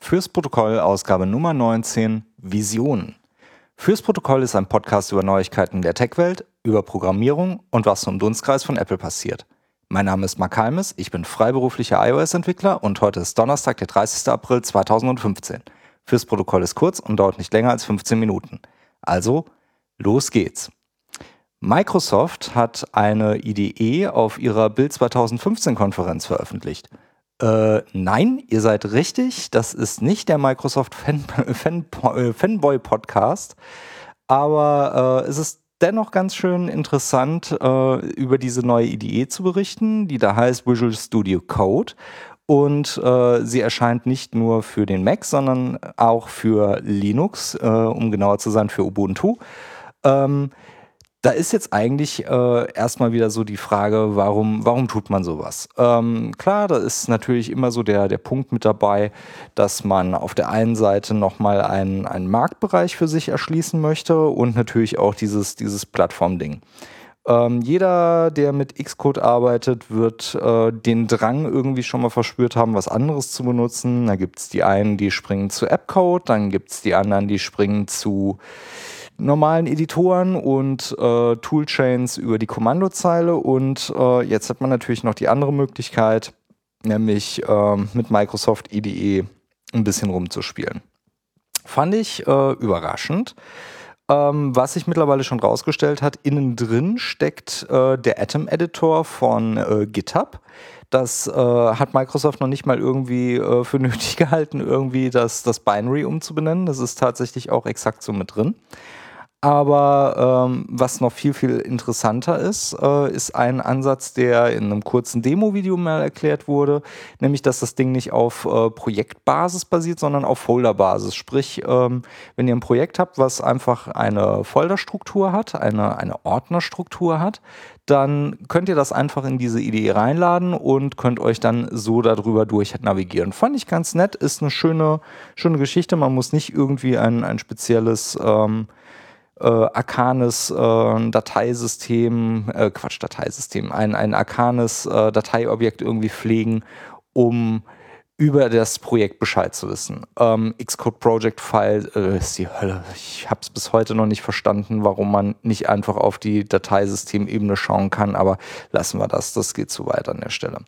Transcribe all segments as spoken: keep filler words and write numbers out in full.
Fürs Protokoll Ausgabe Nummer neunzehn, Visionen. Fürs Protokoll ist ein Podcast über Neuigkeiten der Tech-Welt, über Programmierung und was im Dunstkreis von Apple passiert. Mein Name ist Mark Halmes, ich bin freiberuflicher iOS-Entwickler und heute ist Donnerstag, der dreißigster April zweitausendfünfzehn. Fürs Protokoll ist kurz und dauert nicht länger als fünfzehn Minuten. Also, los geht's. Microsoft hat eine I D E auf ihrer Build zweitausendfünfzehn-Konferenz veröffentlicht. Äh, nein, ihr seid richtig, das ist nicht der Microsoft Fan, Fan, äh, Fanboy Podcast, aber äh, es ist dennoch ganz schön interessant, äh, über diese neue I D E zu berichten, die da heißt Visual Studio Code, und äh, sie erscheint nicht nur für den Mac, sondern auch für Linux, äh, um genauer zu sein, für Ubuntu. Ähm, Da ist jetzt eigentlich äh, erstmal wieder so die Frage, warum, warum tut man sowas? Ähm, klar, da ist natürlich immer so der, der Punkt mit dabei, dass man auf der einen Seite nochmal einen, einen Marktbereich für sich erschließen möchte und natürlich auch dieses, dieses Plattformding. Ähm, jeder, der mit Xcode arbeitet, wird äh, den Drang irgendwie schon mal verspürt haben, was anderes zu benutzen. Da gibt es die einen, die springen zu Appcode, dann gibt es die anderen, die springen zu normalen Editoren und äh, Toolchains über die Kommandozeile, und äh, jetzt hat man natürlich noch die andere Möglichkeit, nämlich äh, mit Microsoft I D E ein bisschen rumzuspielen. Fand ich äh, überraschend. Ähm, was sich mittlerweile schon rausgestellt hat, innen drin steckt äh, der Atom-Editor von äh, GitHub. Das äh, hat Microsoft noch nicht mal irgendwie äh, für nötig gehalten, irgendwie das, das Binary umzubenennen. Das ist tatsächlich auch exakt so mit drin. Aber ähm, was noch viel, viel interessanter ist, äh, ist ein Ansatz, der in einem kurzen Demo-Video mal erklärt wurde, nämlich, dass das Ding nicht auf äh, Projektbasis basiert, sondern auf Folderbasis. Sprich, ähm, wenn ihr ein Projekt habt, was einfach eine Folderstruktur hat, eine, eine Ordnerstruktur hat, dann könnt ihr das einfach in diese I D E reinladen und könnt euch dann so darüber durch navigieren. Fand ich ganz nett, ist eine schöne, schöne Geschichte. Man muss nicht irgendwie ein, ein spezielles ähm, Äh, arkanes äh, Dateisystem, äh, Quatsch, Dateisystem, ein, ein arkanes äh, Dateiobjekt irgendwie pflegen, um über das Projekt Bescheid zu wissen. Ähm, Xcode Project File äh, ist die Hölle. Ich habe es bis heute noch nicht verstanden, warum man nicht einfach auf die Dateisystemebene schauen kann, aber lassen wir das, das geht zu weit an der Stelle.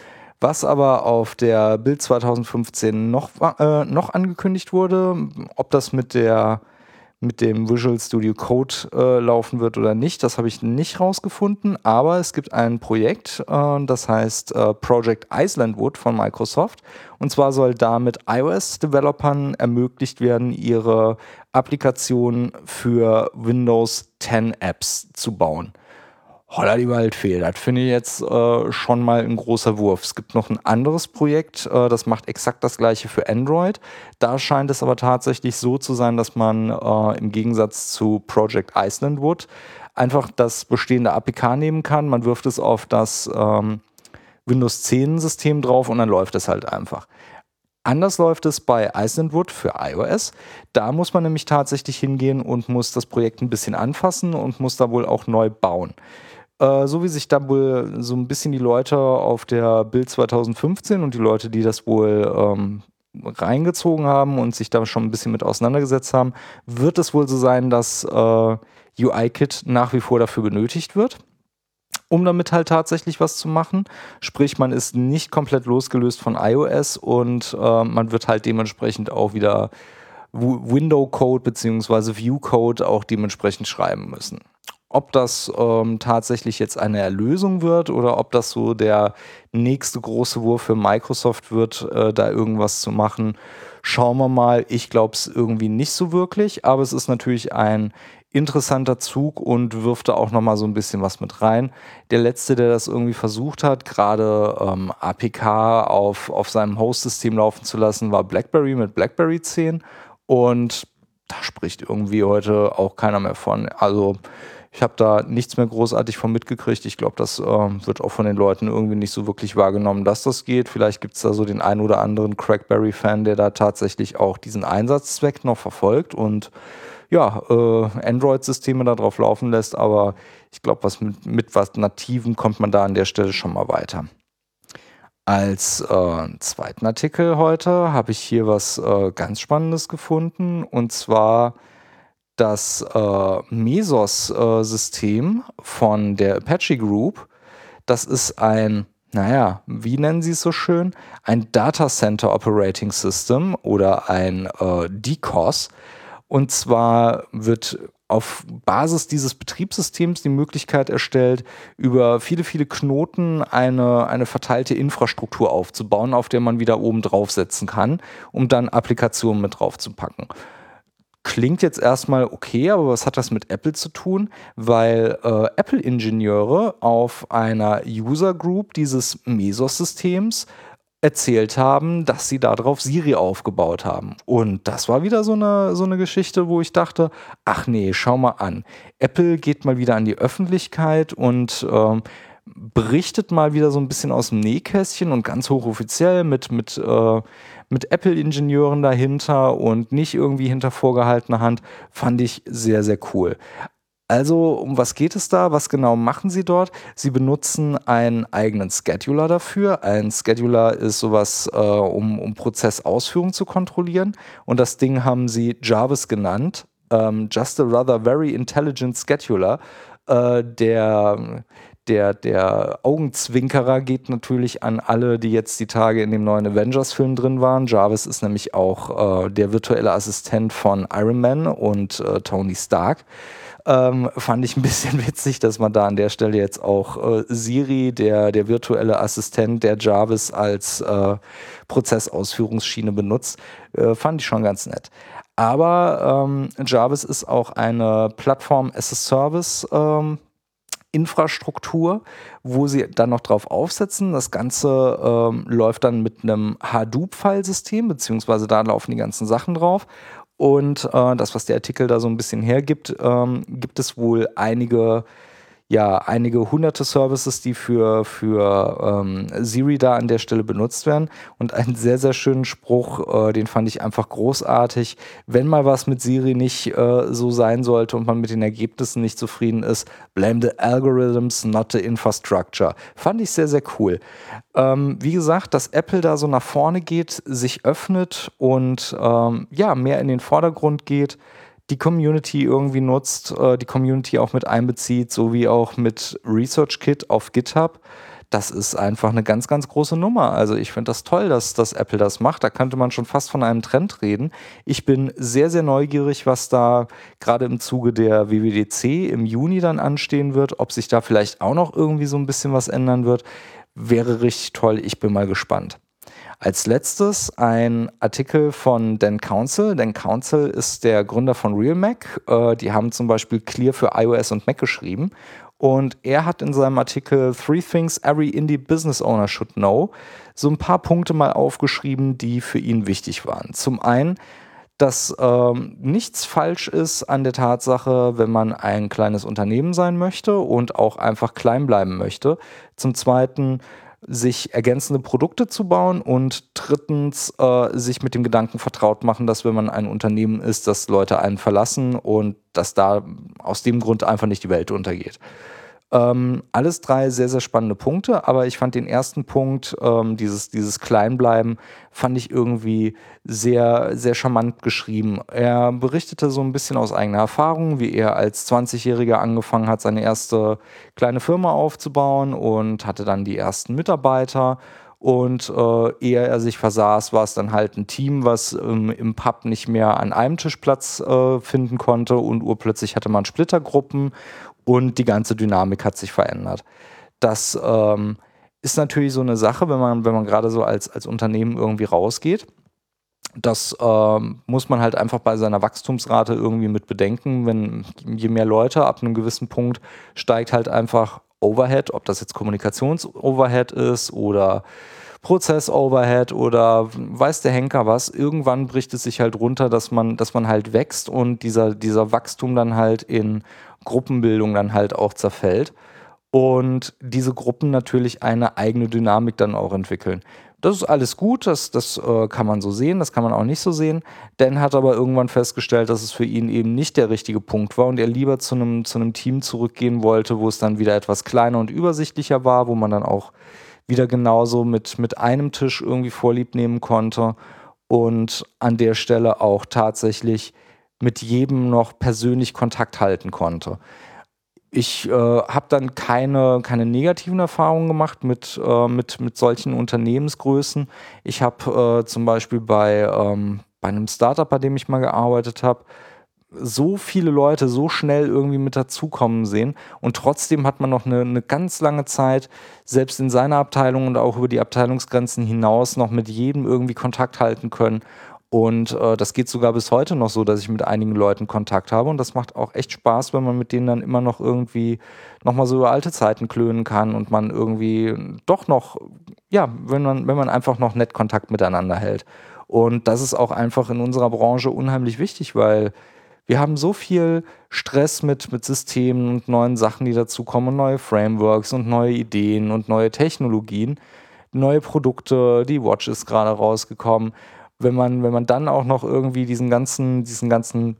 Was aber auf der Build zweitausendfünfzehn noch, äh, noch angekündigt wurde, ob das mit der mit dem Visual Studio Code äh, laufen wird oder nicht, das habe ich nicht rausgefunden, aber es gibt ein Projekt, äh, das heißt äh, Project Islandwood von Microsoft, und zwar soll damit iOS-Developern ermöglicht werden, ihre Applikationen für Windows zehn Apps zu bauen. Holla die Waldfee, das finde ich jetzt äh, schon mal ein großer Wurf. Es gibt noch ein anderes Projekt, äh, das macht exakt das gleiche für Android. Da scheint es aber tatsächlich so zu sein, dass man äh, im Gegensatz zu Project Islandwood einfach das bestehende A P K nehmen kann. Man wirft es auf das ähm, Windows zehn System drauf und dann läuft es halt einfach. Anders läuft es bei Islandwood für iOS. Da muss man nämlich tatsächlich hingehen und muss das Projekt ein bisschen anfassen und muss da wohl auch neu bauen. Äh, so wie sich da wohl so ein bisschen die Leute auf der Build zweitausendfünfzehn und die Leute, die das wohl ähm, reingezogen haben und sich da schon ein bisschen mit auseinandergesetzt haben, wird es wohl so sein, dass äh, U I-Kit nach wie vor dafür benötigt wird, um damit halt tatsächlich was zu machen. Sprich, man ist nicht komplett losgelöst von iOS und äh, man wird halt dementsprechend auch wieder Window-Code bzw. View-Code auch dementsprechend schreiben müssen. Ob das ähm, tatsächlich jetzt eine Erlösung wird oder ob das so der nächste große Wurf für Microsoft wird, äh, da irgendwas zu machen, schauen wir mal. Ich glaube es irgendwie nicht so wirklich, aber es ist natürlich ein interessanter Zug und wirft da auch nochmal so ein bisschen was mit rein. Der letzte, der das irgendwie versucht hat, gerade ähm, A P K auf, auf seinem Host-System laufen zu lassen, war BlackBerry mit BlackBerry zehn, und da spricht irgendwie heute auch keiner mehr von. Also ich habe da nichts mehr großartig von mitgekriegt. Ich glaube, das äh, wird auch von den Leuten irgendwie nicht so wirklich wahrgenommen, dass das geht. Vielleicht gibt es da so den einen oder anderen Crackberry-Fan, der da tatsächlich auch diesen Einsatzzweck noch verfolgt und ja, äh, Android-Systeme da drauf laufen lässt. Aber ich glaube, was mit, mit was Nativen kommt man da an der Stelle schon mal weiter. Als äh, zweiten Artikel heute habe ich hier was äh, ganz Spannendes gefunden, und zwar das äh, Mesos-System äh, von der Apache Group. Das ist ein, naja, wie nennen sie es so schön? Ein Data Center Operating System oder ein äh, D C O S. Und zwar wird auf Basis dieses Betriebssystems die Möglichkeit erstellt, über viele, viele Knoten eine, eine verteilte Infrastruktur aufzubauen, auf der man wieder oben draufsetzen kann, um dann Applikationen mit draufzupacken. Klingt jetzt erstmal okay, aber was hat das mit Apple zu tun? Weil äh, Apple-Ingenieure auf einer User Group dieses Mesos-Systems erzählt haben, dass sie darauf Siri aufgebaut haben. Und das war wieder so eine, so eine Geschichte, wo ich dachte, ach nee, schau mal an. Apple geht mal wieder an die Öffentlichkeit und ähm, berichtet mal wieder so ein bisschen aus dem Nähkästchen und ganz hochoffiziell mit, mit, äh, mit Apple-Ingenieuren dahinter und nicht irgendwie hinter vorgehaltener Hand, fand ich sehr, sehr cool. Also, um was geht es da? Was genau machen Sie dort? Sie benutzen einen eigenen Scheduler dafür. Ein Scheduler ist sowas, äh, um, um Prozessausführung zu kontrollieren. Und das Ding haben Sie Jarvis genannt. Ähm, just a rather very intelligent Scheduler. Äh, der, der, der Augenzwinkerer geht natürlich an alle, die jetzt die Tage in dem neuen Avengers-Film drin waren. Jarvis ist nämlich auch äh, der virtuelle Assistent von Iron Man und äh, Tony Stark. Ähm, fand ich ein bisschen witzig, dass man da an der Stelle jetzt auch äh, Siri, der, der virtuelle Assistent der Jarvis, als äh, Prozessausführungsschiene benutzt. Äh, fand ich schon ganz nett. Aber ähm, Jarvis ist auch eine Plattform-as-a-Service ähm, Infrastruktur, wo sie dann noch drauf aufsetzen. Das Ganze ähm, läuft dann mit einem Hadoop-Filesystem, beziehungsweise da laufen die ganzen Sachen drauf. Und äh, das, was der Artikel da so ein bisschen hergibt, ähm, gibt es wohl einige, ja, einige hunderte Services, die für, für ähm, Siri da an der Stelle benutzt werden. Und einen sehr, sehr schönen Spruch, äh, den fand ich einfach großartig. Wenn mal was mit Siri nicht äh, so sein sollte und man mit den Ergebnissen nicht zufrieden ist, blame the algorithms, not the infrastructure. Fand ich sehr, sehr cool. Ähm, wie gesagt, dass Apple da so nach vorne geht, sich öffnet und ähm, ja, mehr in den Vordergrund geht, die Community irgendwie nutzt, äh, die Community auch mit einbezieht, sowie auch mit ResearchKit auf GitHub. Das ist einfach eine ganz, ganz große Nummer. Also ich finde das toll, dass, dass Apple das macht. Da könnte man schon fast von einem Trend reden. Ich bin sehr, sehr neugierig, was da gerade im Zuge der W W D C im Juni dann anstehen wird. Ob sich da vielleicht auch noch irgendwie so ein bisschen was ändern wird, wäre richtig toll. Ich bin mal gespannt. Als letztes ein Artikel von Dan Council. Dan Council ist der Gründer von RealMac. Äh, die haben zum Beispiel Clear für iOS und Mac geschrieben. Und er hat in seinem Artikel Three Things Every Indie Business Owner Should Know so ein paar Punkte mal aufgeschrieben, die für ihn wichtig waren. Zum einen, dass ähm, nichts falsch ist an der Tatsache, wenn man ein kleines Unternehmen sein möchte und auch einfach klein bleiben möchte. Zum Zweiten, sich ergänzende Produkte zu bauen, und drittens äh, sich mit dem Gedanken vertraut machen, dass wenn man ein Unternehmen ist, dass Leute einen verlassen und dass da aus dem Grund einfach nicht die Welt untergeht. Ähm, alles drei sehr, sehr spannende Punkte, aber ich fand den ersten Punkt, ähm, dieses, dieses Kleinbleiben, fand ich irgendwie sehr, sehr charmant geschrieben. Er berichtete so ein bisschen aus eigener Erfahrung, wie er als zwanzigjähriger angefangen hat, seine erste kleine Firma aufzubauen und hatte dann die ersten Mitarbeiter. Und äh, ehe er sich versaß, war es dann halt ein Team, was ähm, im Pub nicht mehr an einem Tisch Platz äh, finden konnte, und urplötzlich hatte man Splittergruppen und die ganze Dynamik hat sich verändert. Das ähm, ist natürlich so eine Sache, wenn man, wenn man gerade so als, als Unternehmen irgendwie rausgeht. Das ähm, muss man halt einfach bei seiner Wachstumsrate irgendwie mit bedenken. Wenn je mehr Leute, ab einem gewissen Punkt steigt halt einfach Overhead, ob das jetzt Kommunikations-Overhead ist oder Prozess-Overhead oder weiß der Henker was. Irgendwann bricht es sich halt runter, dass man, dass man halt wächst und dieser, dieser Wachstum dann halt in Gruppenbildung dann halt auch zerfällt. Und diese Gruppen natürlich eine eigene Dynamik dann auch entwickeln. Das ist alles gut, das, das äh, kann man so sehen, das kann man auch nicht so sehen. Dan hat aber irgendwann festgestellt, dass es für ihn eben nicht der richtige Punkt war und er lieber zu einem zu einem Team zurückgehen wollte, wo es dann wieder etwas kleiner und übersichtlicher war, wo man dann auch wieder genauso mit, mit einem Tisch irgendwie Vorlieb nehmen konnte und an der Stelle auch tatsächlich mit jedem noch persönlich Kontakt halten konnte. Ich äh, habe dann keine, keine negativen Erfahrungen gemacht mit, äh, mit, mit solchen Unternehmensgrößen. Ich habe äh, zum Beispiel bei, ähm, bei einem Startup, bei dem ich mal gearbeitet habe, so viele Leute so schnell irgendwie mit dazukommen sehen und trotzdem hat man noch eine, eine ganz lange Zeit, selbst in seiner Abteilung und auch über die Abteilungsgrenzen hinaus noch mit jedem irgendwie Kontakt halten können. Und äh, das geht sogar bis heute noch so, dass ich mit einigen Leuten Kontakt habe und das macht auch echt Spaß, wenn man mit denen dann immer noch irgendwie nochmal so über alte Zeiten klönen kann und man irgendwie doch noch, ja, wenn man, wenn man einfach noch nett Kontakt miteinander hält. Und das ist auch einfach in unserer Branche unheimlich wichtig, weil wir haben so viel Stress mit, mit Systemen und neuen Sachen, die dazukommen, und neue Frameworks und neue Ideen und neue Technologien, neue Produkte, die Watch ist gerade rausgekommen. Wenn man, wenn man dann auch noch irgendwie diesen ganzen, diesen ganzen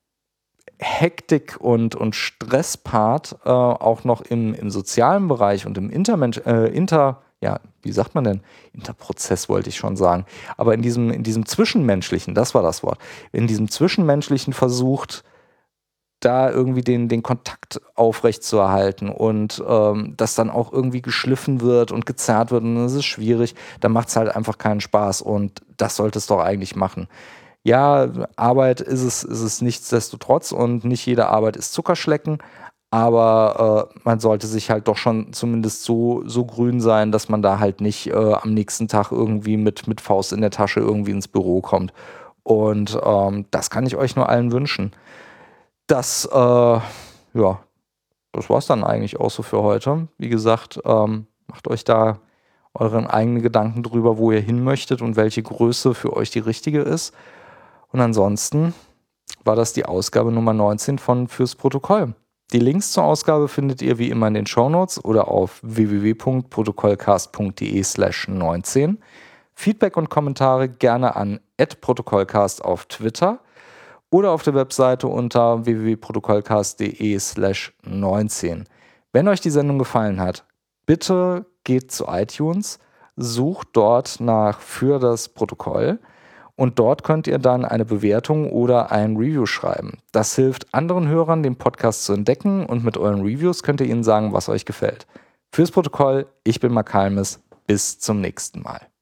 Hektik und, und Stresspart äh, auch noch im, im sozialen Bereich und im Intermensch, äh, Inter, ja, wie sagt man denn? Interprozess wollte ich schon sagen. Aber in diesem, in diesem Zwischenmenschlichen, das war das Wort, in diesem Zwischenmenschlichen versucht, da irgendwie den, den Kontakt aufrechtzuerhalten und ähm, das dann auch irgendwie geschliffen wird und gezerrt wird und das ist schwierig, dann macht es halt einfach keinen Spaß und das sollte es doch eigentlich machen. Ja, Arbeit ist es, ist es nichtsdestotrotz und nicht jede Arbeit ist Zuckerschlecken, aber äh, man sollte sich halt doch schon zumindest so, so grün sein, dass man da halt nicht äh, am nächsten Tag irgendwie mit, mit Faust in der Tasche irgendwie ins Büro kommt. Und ähm, das kann ich euch nur allen wünschen. Das, äh, ja, das war's dann eigentlich auch so für heute. Wie gesagt, ähm, macht euch da euren eigenen Gedanken drüber, wo ihr hin möchtet und welche Größe für euch die richtige ist. Und ansonsten war das die Ausgabe Nummer neunzehn von Fürs Protokoll. Die Links zur Ausgabe findet ihr wie immer in den Shownotes oder auf w w w punkt protokollcast punkt de slash neunzehn. Feedback und Kommentare gerne an at protokollcast auf Twitter oder auf der Webseite unter w w w punkt protokollcast punkt de slash neunzehn. Wenn euch die Sendung gefallen hat, bitte geht zu iTunes, sucht dort nach Für das Protokoll und dort könnt ihr dann eine Bewertung oder ein Review schreiben. Das hilft anderen Hörern, den Podcast zu entdecken und mit euren Reviews könnt ihr ihnen sagen, was euch gefällt. Fürs Protokoll, ich bin Mark Halmes, bis zum nächsten Mal.